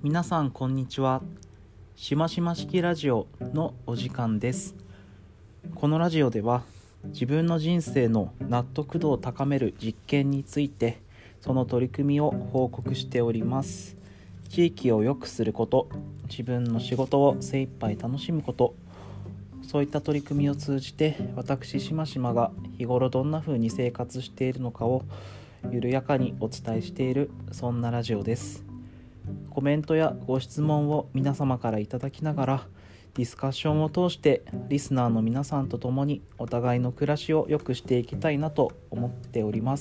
皆さんこんにちは。しましま式ラジオのお時間です。このラジオでは自分の人生の納得度を高める実験についてその取り組みを報告しております。地域を良くすること、自分の仕事を精一杯楽しむこと、そういった取り組みを通じて私しましまが日頃どんな風に生活しているのかを緩やかにお伝えしている、そんなラジオです。コメントやご質問を皆様からいただきながらディスカッションを通してリスナーの皆さんと共にお互いの暮らしを良くしていきたいなと思っております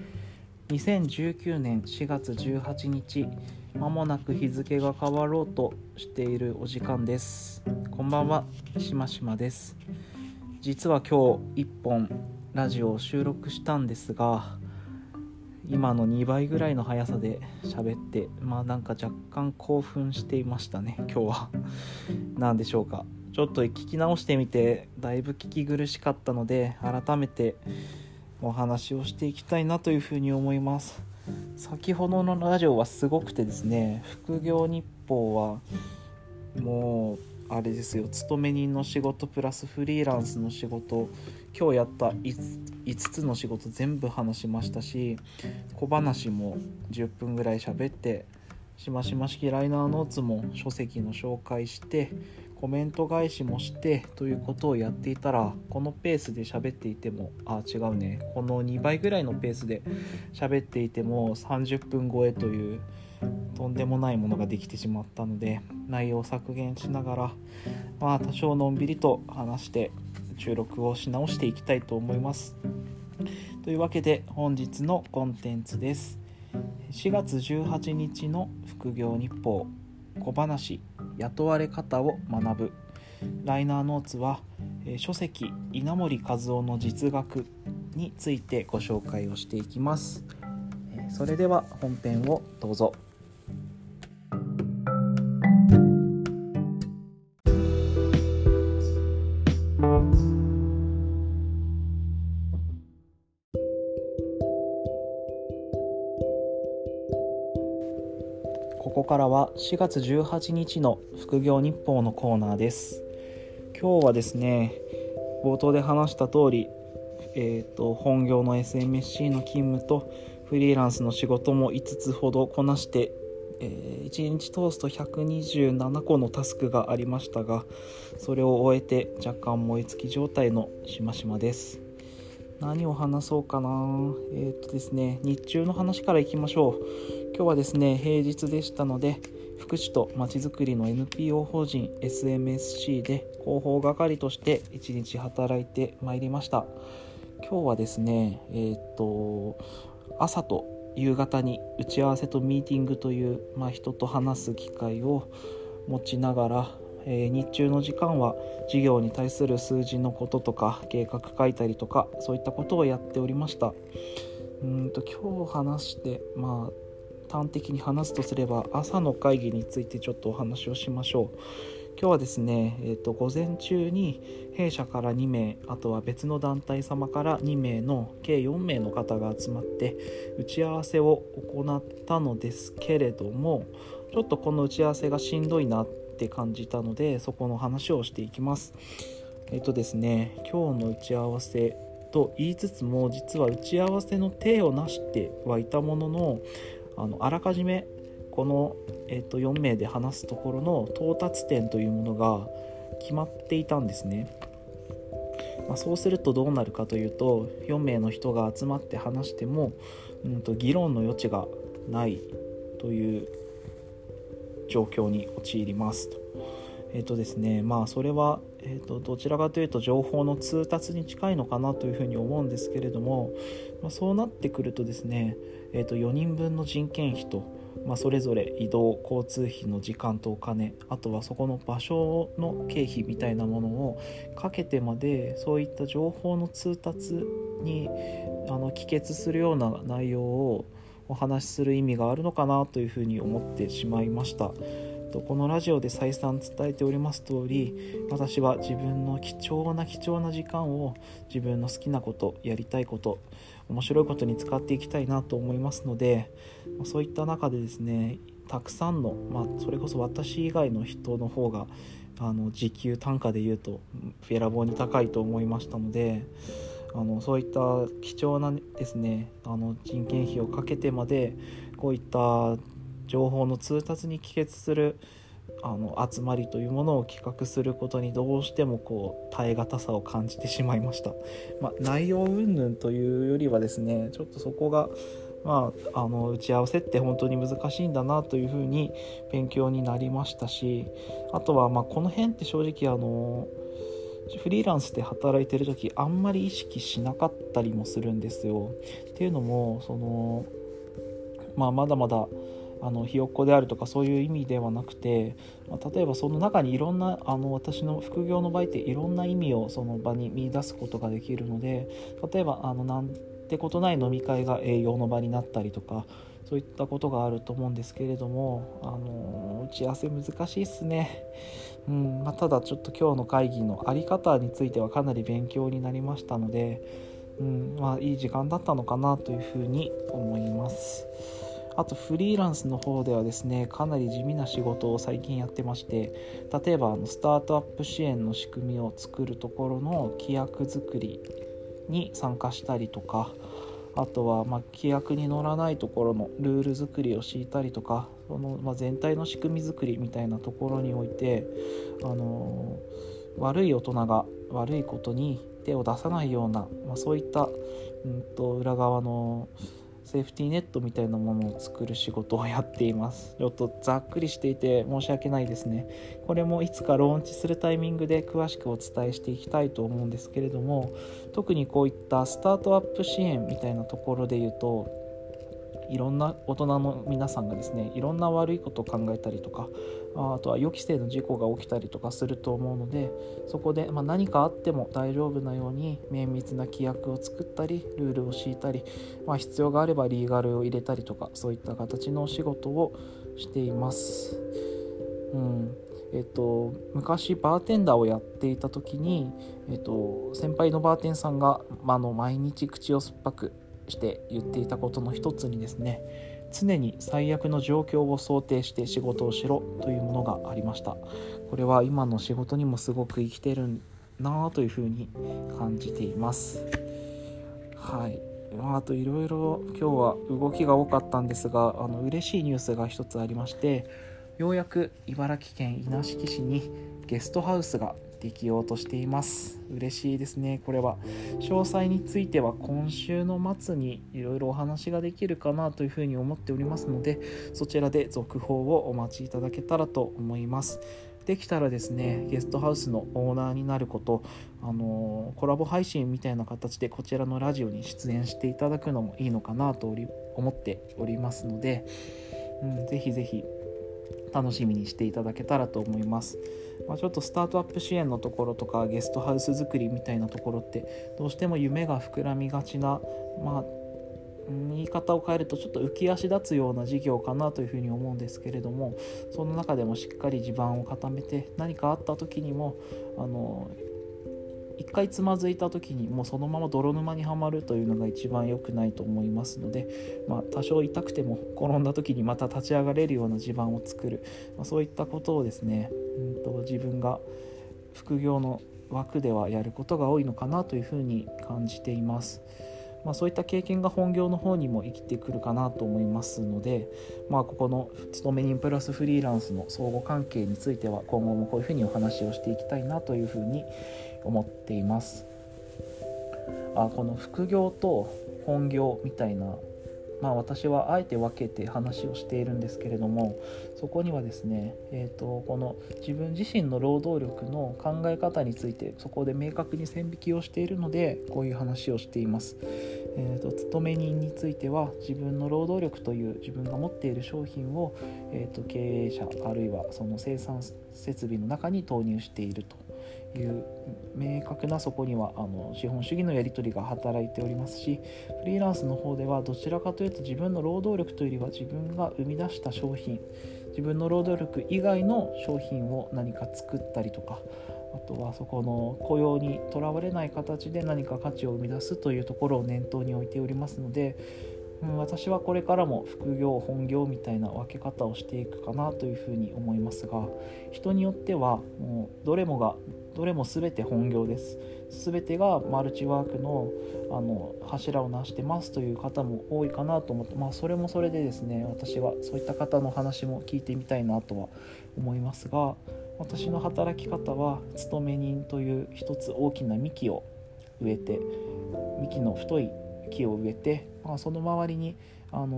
。2019年4月18日、まもなく日付が変わろうとしているお時間です。こんばんは、しましまです。実は今日1本ラジオを収録したんですが、今の2倍ぐらいの速さで喋って、なんか若干興奮していましたね、今日は。なんでしょうか。ちょっと聞き直してみてだいぶ聞き苦しかったので、改めてお話をしていきたいなというふうに思います。先ほどのラジオはすごくてですね、副業日報はもうあれですよ、勤め人の仕事プラスフリーランスの仕事、今日やった5つの仕事全部話しましたし、小話も10分ぐらい喋って、しましま式ライナーノーツも書籍の紹介して、コメント返しもしてということをやっていたら、このペースで喋っていてもこの2倍ぐらいのペースで喋っていても30分超えというとんでもないものができてしまったので、内容を削減しながら、多少のんびりと話して収録をし直していきたいと思います。というわけで本日のコンテンツです。4月18日の副業日報、小話、雇われ方を学ぶ。ライナーノーツは書籍稲森和夫の実学についてご紹介をしていきます。それでは本編をどうぞ。ここからは4月18日の副業日報のコーナーです。今日はですね、冒頭で話した通り、本業の SMSC の勤務とフリーランスの仕事も5つほどこなして、1日通すと127個のタスクがありましたが、それを終えて若干燃え尽き状態のしましまです。何を話そうかな。ですね、日中の話からいきましょう。今日はですね、平日でしたので、福祉とまちづくりの NPO 法人 SMSC で広報係として1日働いてまいりました。今日はですね、朝と夕方に打ち合わせとミーティングという、人と話す機会を持ちながら、日中の時間は事業に対する数字のこととか計画書いたりとか、そういったことをやっておりました。今日話して、端的に話すとすれば朝の会議についてちょっとお話をしましょう。今日はですね、午前中に弊社から2名、あとは別の団体様から2名の計4名の方が集まって打ち合わせを行ったのですけれども、ちょっとこの打ち合わせがしんどいなって感じたので、そこの話をしていきます。ですね、今日の打ち合わせと言いつつも、実は打ち合わせの体をなしてはいたものの、あらかじめこの、4名で話すところの到達点というものが決まっていたんですね。そうするとどうなるかというと、4名の人が集まって話しても、議論の余地がないという状況に陥りますと。ですね、それは、どちらかというと情報の通達に近いのかなというふうに思うんですけれども、そうなってくるとですね、4人分の人件費と、それぞれ移動交通費の時間とお金、あとはそこの場所の経費みたいなものをかけてまで、そういった情報の通達に帰結するような内容をお話しする意味があるのかなというふうに思ってしまいました。このラジオで再三伝えております通り、私は自分の貴重な時間を自分の好きなこと、やりたいこと、面白いことに使っていきたいなと思いますので、そういった中でですね、 たくさんの、それこそ私以外の人の方が時給単価でいうとべらぼうに高いと思いましたので、そういった貴重なですね人件費をかけてまでこういった情報の通達に帰結する集まりというものを企画することにどうしても耐え難さを感じてしまいました。内容云々というよりはですね、ちょっとそこが打ち合わせって本当に難しいんだなというふうに勉強になりましたし、あとはこの辺って正直フリーランスで働いてる時あんまり意識しなかったりもするんですよ。っていうのもまだまだひよっこであるとかそういう意味ではなくて、例えばその中にいろんな私の副業の場合っていろんな意味をその場に見出すことができるので、例えばなんてことない飲み会が営業の場になったりとか、そういったことがあると思うんですけれども、打ち合わせ難しいっすね。ただちょっと今日の会議のあり方についてはかなり勉強になりましたので、いい時間だったのかなというふうに思います。あとフリーランスの方ではですね、かなり地味な仕事を最近やってまして、例えばスタートアップ支援の仕組みを作るところの規約作りに参加したりとか、あとは規約に乗らないところのルール作りを敷いたりとか、全体の仕組み作りみたいなところにおいて、悪い大人が悪いことに手を出さないような、そういった、裏側のセーフティーネットみたいなものを作る仕事をやっています。ちょっとざっくりしていて申し訳ないですね。これもいつかローンチするタイミングで詳しくお伝えしていきたいと思うんですけれども、特にこういったスタートアップ支援みたいなところで言うと、いろんな大人の皆さんがですね、いろんな悪いことを考えたりとか、あとは予期せぬ事故が起きたりとかすると思うので、そこで何かあっても大丈夫なように綿密な規約を作ったりルールを敷いたり、必要があればリーガルを入れたりとか、そういった形のお仕事をしています。昔バーテンダーをやっていた時に、先輩のバーテンさんが、毎日口を酸っぱくして言っていたことの一つにですね、常に最悪の状況を想定して仕事をしろというものがありました。これは今の仕事にもすごく生きてるなというふうに感じています。はい。あといろいろ今日は動きが多かったんですが、嬉しいニュースが一つありまして、ようやく茨城県稲敷市にゲストハウスができようとしています。嬉しいですね。これは詳細については今週の末にいろいろお話ができるかなというふうに思っておりますので、そちらで続報をお待ちいただけたらと思います。できたらですね、ゲストハウスのオーナーになること、コラボ配信みたいな形でこちらのラジオに出演していただくのもいいのかなと思っておりますので、ぜひぜひ楽しみにしていただけたらと思います。ちょっとスタートアップ支援のところとかゲストハウス作りみたいなところってどうしても夢が膨らみがちな、言い方を変えるとちょっと浮き足立つような事業かなというふうに思うんですけれども、その中でもしっかり地盤を固めて、何かあった時にも一回つまずいた時にもうそのまま泥沼にはまるというのが一番良くないと思いますので、多少痛くても転んだ時にまた立ち上がれるような地盤を作る、そういったことをですね、自分が副業の枠ではやることが多いのかなというふうに感じています。そういった経験が本業の方にも生きてくるかなと思いますので、ここの勤め人プラスフリーランスの相互関係については今後もこういうふうにお話をしていきたいなというふうに思っています。この副業と本業みたいな、私はあえて分けて話をしているんですけれども、そこにはですね、この自分自身の労働力の考え方についてそこで明確に線引きをしているので、こういう話をしています。勤め人については自分の労働力という自分が持っている商品を、経営者あるいはその生産設備の中に投入しているという明確な、そこには資本主義のやり取りが働いておりますし、フリーランスの方ではどちらかというと自分の労働力というよりは自分が生み出した商品、自分の労働力以外の商品を何か作ったりとか、あとはそこの雇用にとらわれない形で何か価値を生み出すというところを念頭に置いておりますので、 私はこれからも副業本業みたいな分け方をしていくかなというふうに思いますが、人によってはもうどれも全て本業です、全てがマルチワークの柱を成してますという方も多いかなと思って、それもそれでですね、私はそういった方の話も聞いてみたいなとは思いますが、私の働き方は勤め人という一つ大きな幹を植えて、幹の太い木を植えて、その周りに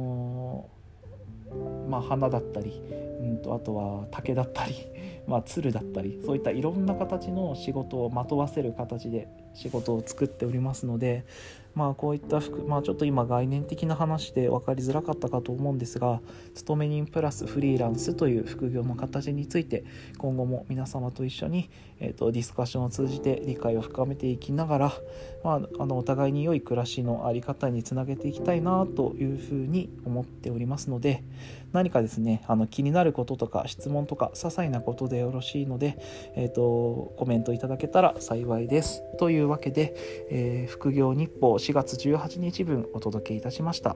花だったり、あとは竹だったり、鶴だったり、そういったいろんな形の仕事をまとわせる形で仕事を作っておりますので、こういったちょっと今概念的な話で分かりづらかったかと思うんですが、勤め人プラスフリーランスという副業の形について今後も皆様と一緒に、ディスカッションを通じて理解を深めていきながら、お互いに良い暮らしのあり方につなげていきたいなというふうに思っておりますので、何かですね気になることとか質問とか些細なことでよろしいので、コメントいただけたら幸いです。というわけで、副業日報4月18日分お届けいたしました。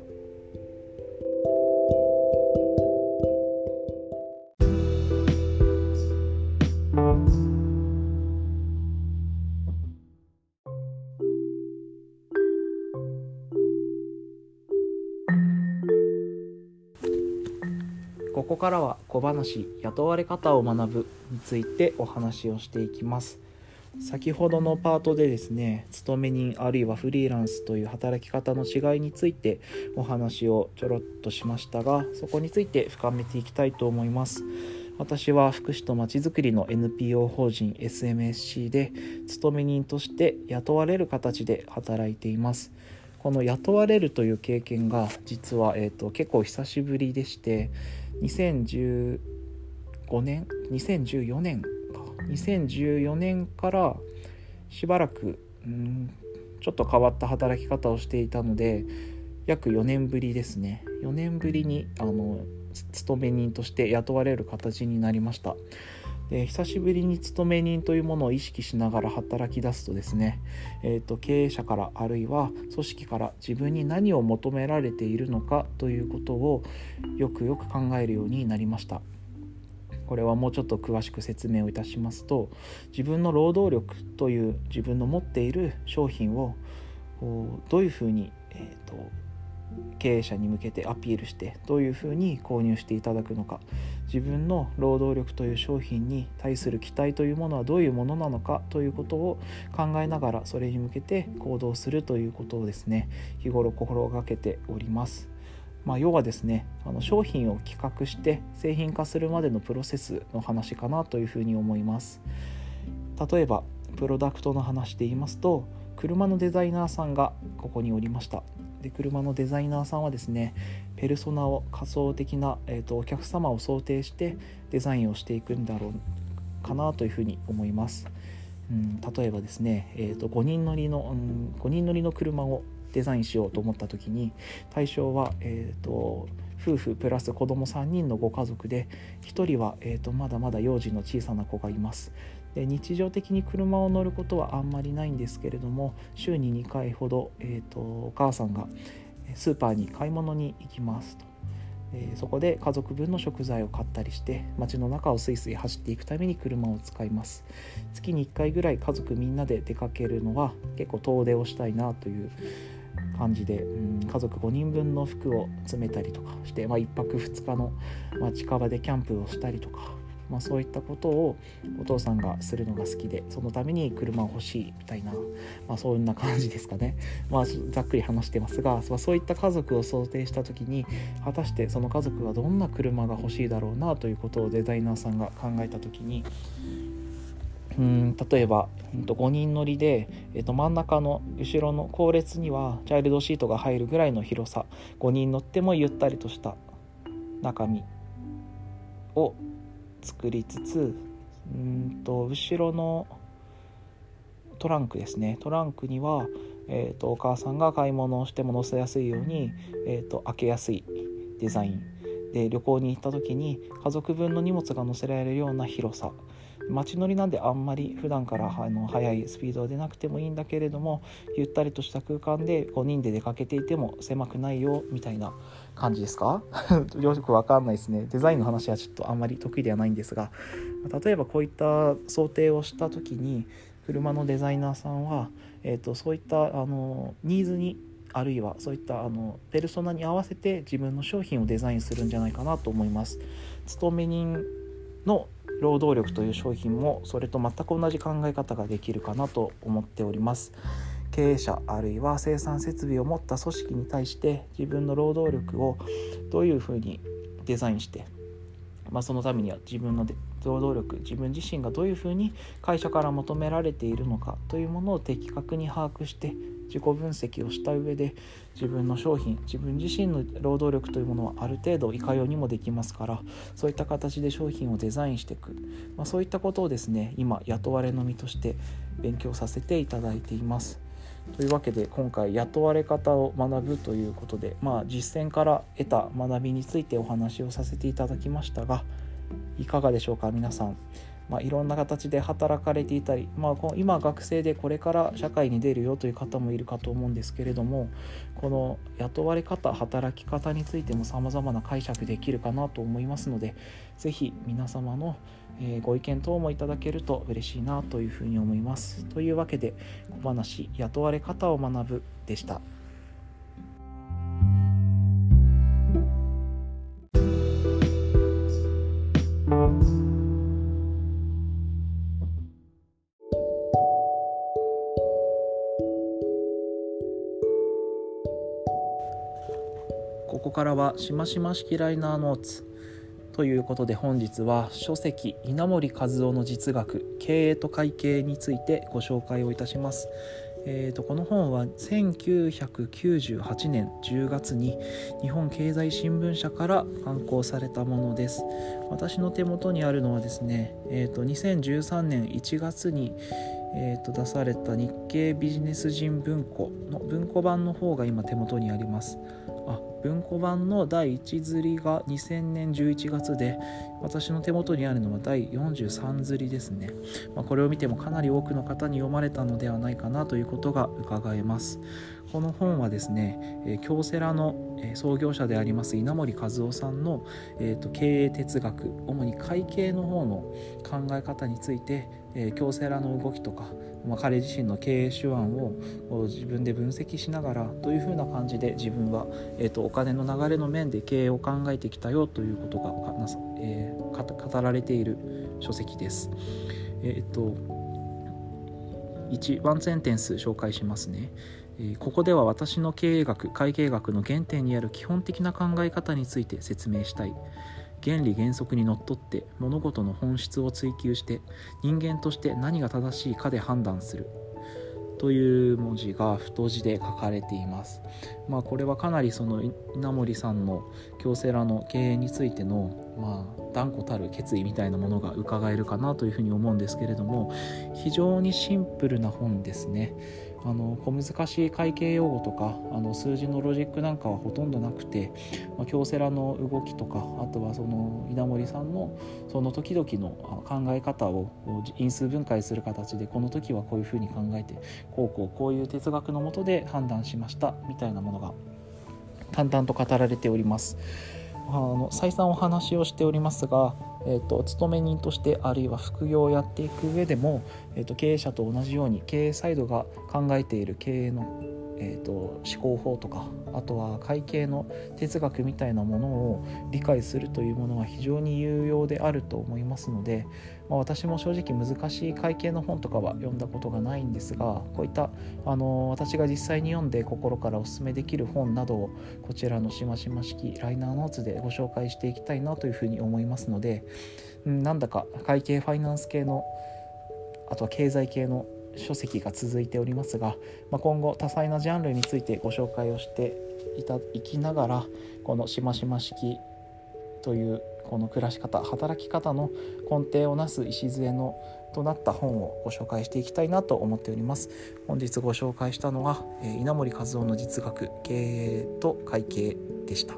ここからは小話、雇われ方を学ぶについてお話をしていきます。先ほどのパートでですね、勤め人あるいはフリーランスという働き方の違いについてお話をちょろっとしましたが、そこについて深めていきたいと思います。私は福祉とまちづくりの NPO 法人 SMSC で勤め人として雇われる形で働いています。この雇われるという経験が実は、結構久しぶりでして、2014年からしばらくちょっと変わった働き方をしていたので、約4年ぶりですね。4年ぶりに勤め人として雇われる形になりました。で、久しぶりに勤め人というものを意識しながら働き出すとですね、経営者からあるいは組織から自分に何を求められているのかということをよくよく考えるようになりました。これはもうちょっと詳しく説明をいたしますと、自分の労働力という自分の持っている商品をどういうふうに、経営者に向けてアピールして、どういうふうに購入していただくのか、自分の労働力という商品に対する期待というものはどういうものなのかということを考えながら、それに向けて行動するということをですね、日頃心がけております。要はですね、商品を企画して製品化するまでのプロセスの話かなというふうに思います。例えばプロダクトの話で言いますと、車のデザイナーさんがここにおりました。で、車のデザイナーさんはですね、ペルソナを仮想的な、お客様を想定してデザインをしていくんだろうかなというふうに思います。例えばですね、5人乗りの車をデザインしようと思った時に、対象は、夫婦プラス子供3人のご家族で、1人は、まだまだ幼児の小さな子がいます。で、日常的に車を乗ることはあんまりないんですけれども、週に2回ほど、お母さんがスーパーに買い物に行きますと。そこで家族分の食材を買ったりして、街の中をスイスイ走っていくために車を使います。月に1回ぐらい家族みんなで出かけるのは結構遠出をしたいなという感じで、家族5人分の服を詰めたりとかして、1泊2日の、近場でキャンプをしたりとか、そういったことをお父さんがするのが好きで、そのために車を欲しいみたいな、そんな感じですかね。ざっくり話してますが、そういった家族を想定した時に、果たしてその家族はどんな車が欲しいだろうなということをデザイナーさんが考えた時に、例えば5人乗りで、真ん中の後ろの後列にはチャイルドシートが入るぐらいの広さ、5人乗ってもゆったりとした中身を作りつつ、後ろのトランクですね、トランクには、お母さんが買い物をしても乗せやすいように、開けやすいデザインで、旅行に行った時に家族分の荷物が載せられるような広さ街乗りなんであんまり普段から速いスピードでなくてもいいんだけれども、ゆったりとした空間で5人で出かけていても狭くないよみたいな感じですかよくわかんないですね。デザインの話はちょっとあんまり得意ではないんですが、例えばこういった想定をした時に車のデザイナーさんは、そういったニーズに、あるいはそういったペルソナに合わせて自分の商品をデザインするんじゃないかなと思います。勤め人の労働力という商品もそれと全く同じ考え方ができるかなと思っております。経営者あるいは生産設備を持った組織に対して自分の労働力をどういうふうにデザインして、そのためには自分の労働力、自分自身がどういうふうに会社から求められているのかというものを的確に把握して自己分析をした上で、自分の商品、自分自身の労働力というものはある程度いかようにもできますから、そういった形で商品をデザインしていく、そういったことをですね、今雇われの身として勉強させていただいています。というわけで今回雇われ方を学ぶということで、実践から得た学びについてお話をさせていただきましたが、いかがでしょうか皆さん。いろんな形で働かれていたり、今学生でこれから社会に出るよという方もいるかと思うんですけれども、この雇われ方、働き方についても様々な解釈できるかなと思いますので、ぜひ皆様のご意見等もいただけると嬉しいなというふうに思います。というわけで、小話雇われ方を学ぶでした。ここからはしましま式ライナーノーツということで、本日は書籍稲盛和夫の実学経営と会計についてご紹介をいたします。この本は1998年10月に日本経済新聞社から刊行されたものです。私の手元にあるのはですね、2013年1月に出された日経ビジネス人文庫の文庫版の方が今手元にあります。文庫版の第1釣りが2000年11月で、私の手元にあるのは第43釣りですね。これを見てもかなり多くの方に読まれたのではないかなということが伺えます。この本はですね、京セラの創業者であります稲盛和夫さんの経営哲学、主に会計の方の考え方について、京セラの動きとか、彼自身の経営手腕を自分で分析しながら、どういうふうな感じで自分は、お金の流れの面で経営を考えてきたよということが語られている書籍です。ワンセンテンス紹介しますね。ここでは私の経営学、会計学の原点にある基本的な考え方について説明したい。原理原則にのっとって物事の本質を追求して人間として何が正しいかで判断するという文字が太字で書かれています。これはかなりその稲盛さんの京セラの経営についての断固たる決意みたいなものが伺えるかなというふうに思うんですけれども、非常にシンプルな本ですね。小難しい会計用語とか数字のロジックなんかはほとんどなくて、京セラの動きとか、あとはその稲盛さんのその時々の考え方を因数分解する形で、この時はこういうふうに考えてこういう哲学のもとで判断しましたみたいなものが淡々と語られております。再三お話をしておりますが、勤め人としてあるいは副業をやっていく上でも、経営者と同じように経営サイドが考えている経営の、思考法とか、あとは会計の哲学みたいなものを理解するというものは非常に有用であると思いますので、私も正直難しい会計の本とかは読んだことがないんですが、こういった私が実際に読んで心からお勧めできる本などをこちらのしましま式ライナーノーツでご紹介していきたいなというふうに思いますので、なんだか会計ファイナンス系の、あとは経済系の書籍が続いておりますが、今後多彩なジャンルについてご紹介をしていきながら、このしましま式というこの暮らし方、働き方の根底をなす礎となった本をご紹介していきたいなと思っております。本日ご紹介したのは稲盛和夫の実学経営と会計でした。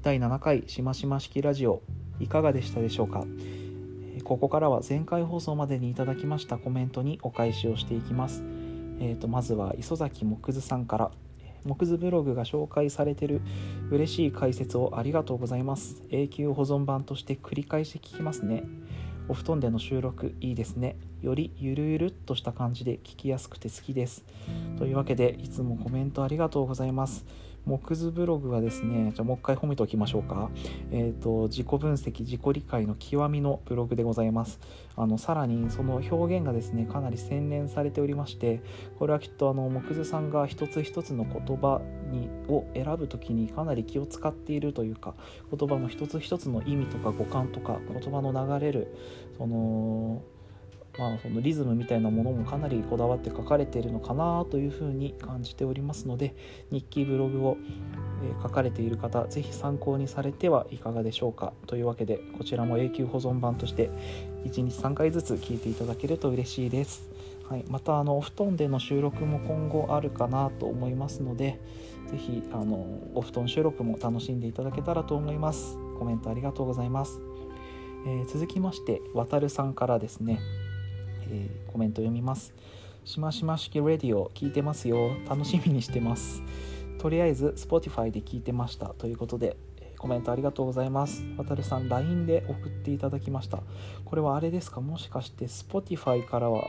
第7回しましま式ラジオいかがでしたでしょうか。ここからは前回放送までにいただきましたコメントにお返しをしていきます。まずは磯崎木津さんから、木津ブログが紹介されている嬉しい解説をありがとうございます。永久保存版として繰り返し聞きますね。お布団での収録いいですね。よりゆるゆるっとした感じで聞きやすくて好きです。というわけでいつもコメントありがとうございます。木図ブログはですね、じゃあもう一回褒めておきましょうか。自己分析自己理解の極みのブログでございます。さらにその表現がですねかなり洗練されておりまして、これはきっと木図さんが一つ一つの言葉を選ぶときにかなり気を使っているというか、言葉も一つ一つの意味とか語感とか言葉の流れるそのリズムみたいなものもかなりこだわって書かれているのかなというふうに感じておりますので、日記ブログを書かれている方ぜひ参考にされてはいかがでしょうか。というわけでこちらも永久保存版として1日3回ずつ聞いていただけると嬉しいです。はい、またお布団での収録も今後あるかなと思いますので、ぜひお布団収録も楽しんでいただけたらと思います。コメントありがとうございます。続きましてわたるさんからですね、コメント読みます。しましま式ラディオ聞いてますよ。楽しみにしてます。とりあえず Spotify で聞いてましたということで、コメントありがとうございます。わたるさん LINE で送っていただきました。これはあれですか、もしかして Spotify からは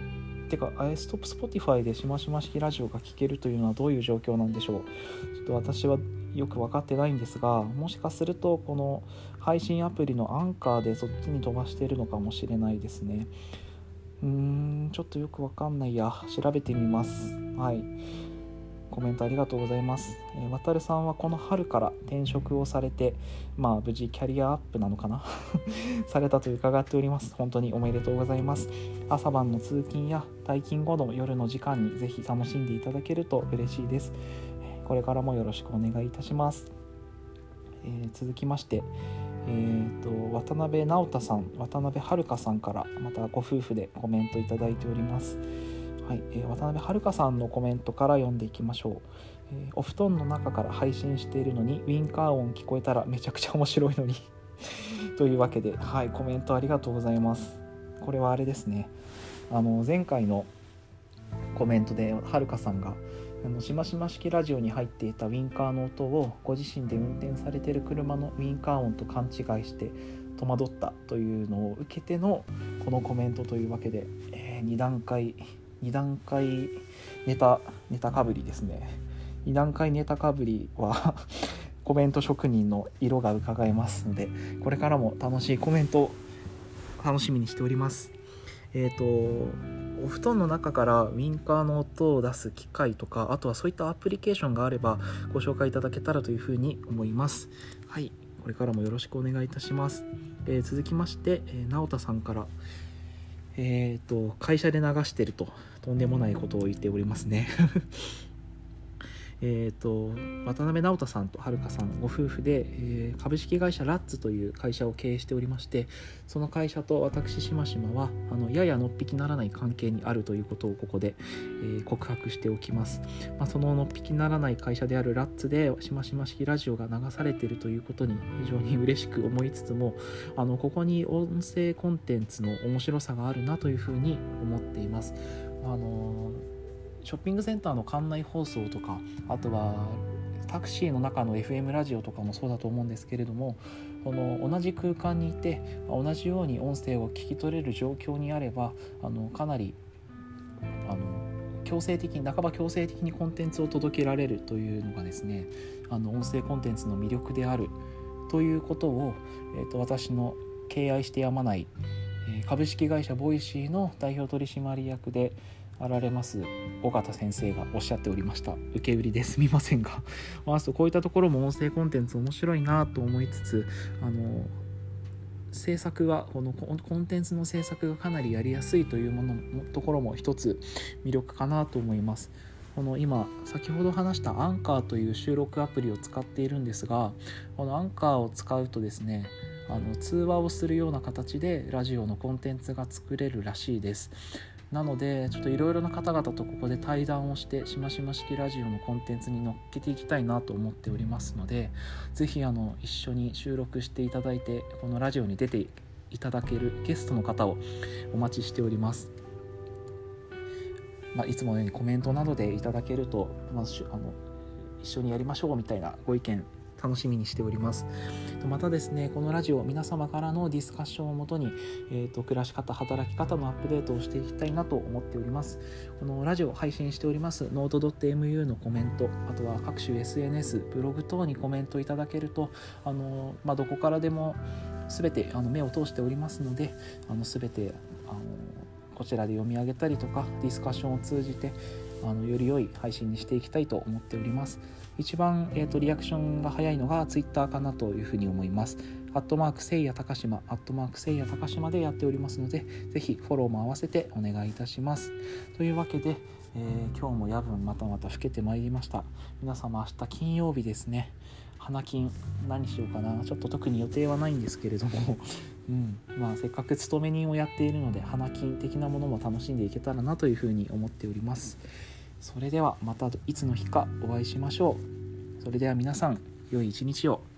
Spotify でしましま式ラジオが聞けるというのはどういう状況なんでしょう。ちょっと私はよく分かってないんですが、もしかするとこの配信アプリのアンカーでそっちに飛ばしているのかもしれないですね。ちょっとよくわかんないや、調べてみます。はい、コメントありがとうございます。わたるさんはこの春から転職をされて、無事キャリアアップなのかなされたと伺っております。本当におめでとうございます。朝晩の通勤や退勤後の夜の時間にぜひ楽しんでいただけると嬉しいです。これからもよろしくお願いいたします。続きまして渡辺直太さん、渡辺遥さんからまたご夫婦でコメントいただいております。はい、渡辺遥さんのコメントから読んでいきましょう。お布団の中から配信しているのにウィンカー音聞こえたらめちゃくちゃ面白いのにというわけで、はい、コメントありがとうございます。これはあれですね、前回のコメントで遥さんがしましま式ラジオに入っていたウィンカーの音をご自身で運転されている車のウィンカー音と勘違いして戸惑ったというのを受けてのこのコメントというわけで、2段階ネタかぶりですね。2段階ネタかぶりはコメント職人の色が伺えますので、これからも楽しいコメントを楽しみにしております。お布団の中からウィンカーの音を出す機械とか、あとはそういったアプリケーションがあればご紹介いただけたらというふうに思います。はい、これからもよろしくお願いいたします。続きまして、直太さんから、会社で流しているととんでもないことを言っておりますね渡辺直太さんとはるかさんご夫婦で、株式会社ラッツという会社を経営しておりまして、その会社と私しましまはややのっぴきならない関係にあるということをここで、告白しておきます。そののっぴきならない会社であるラッツでしましま式ラジオが流されているということに非常に嬉しく思いつつも、ここに音声コンテンツの面白さがあるなというふうに思っています。ショッピングセンターの館内放送とか、あとはタクシーの中の FM ラジオとかもそうだと思うんですけれども、この同じ空間にいて同じように音声を聞き取れる状況にあればかなり半ば強制的にコンテンツを届けられるというのがですね、音声コンテンツの魅力であるということを、私の敬愛してやまない株式会社ボイシーの代表取締役であられます尾形先生がおっしゃっておりました。受け売りですみませんがこういったところも音声コンテンツ面白いなと思いつつ、制作はこのコンテンツの制作がかなりやりやすいというところも一つ魅力かなと思います。今先ほど話したアンカーという収録アプリを使っているんですが、このアンカーを使うとですね、通話をするような形でラジオのコンテンツが作れるらしいです。 なのでちょっといろいろな方々とここで対談をしてしましま式ラジオのコンテンツに乗っけていきたいなと思っておりますので、ぜひ一緒に収録していただいてこのラジオに出ていただけるゲストの方をお待ちしております。いつものようにコメントなどでいただけると、一緒にやりましょうみたいなご意見楽しみにしております。またですね、このラジオ皆様からのディスカッションをもとに、暮らし方働き方のアップデートをしていきたいなと思っております。このラジオを配信しておりますノート .mu のコメント、あとは各種 SNS ブログ等にコメントいただけるとどこからでも全て目を通しておりますので、全てこちらで読み上げたりとかディスカッションを通じてより良い配信にしていきたいと思っております。一番、リアクションが早いのがツイッターかなというふうに思います。せいや高島でやっておりますので、ぜひフォローも合わせてお願いいたします。というわけで、今日も夜分また更けてまいりました。皆様明日金曜日ですね。花金何しようかな、ちょっと特に予定はないんですけれどもせっかく勤め人をやっているので花金的なものも楽しんでいけたらなというふうに思っております。それではまたいつの日かお会いしましょう。それでは皆さん良い一日を。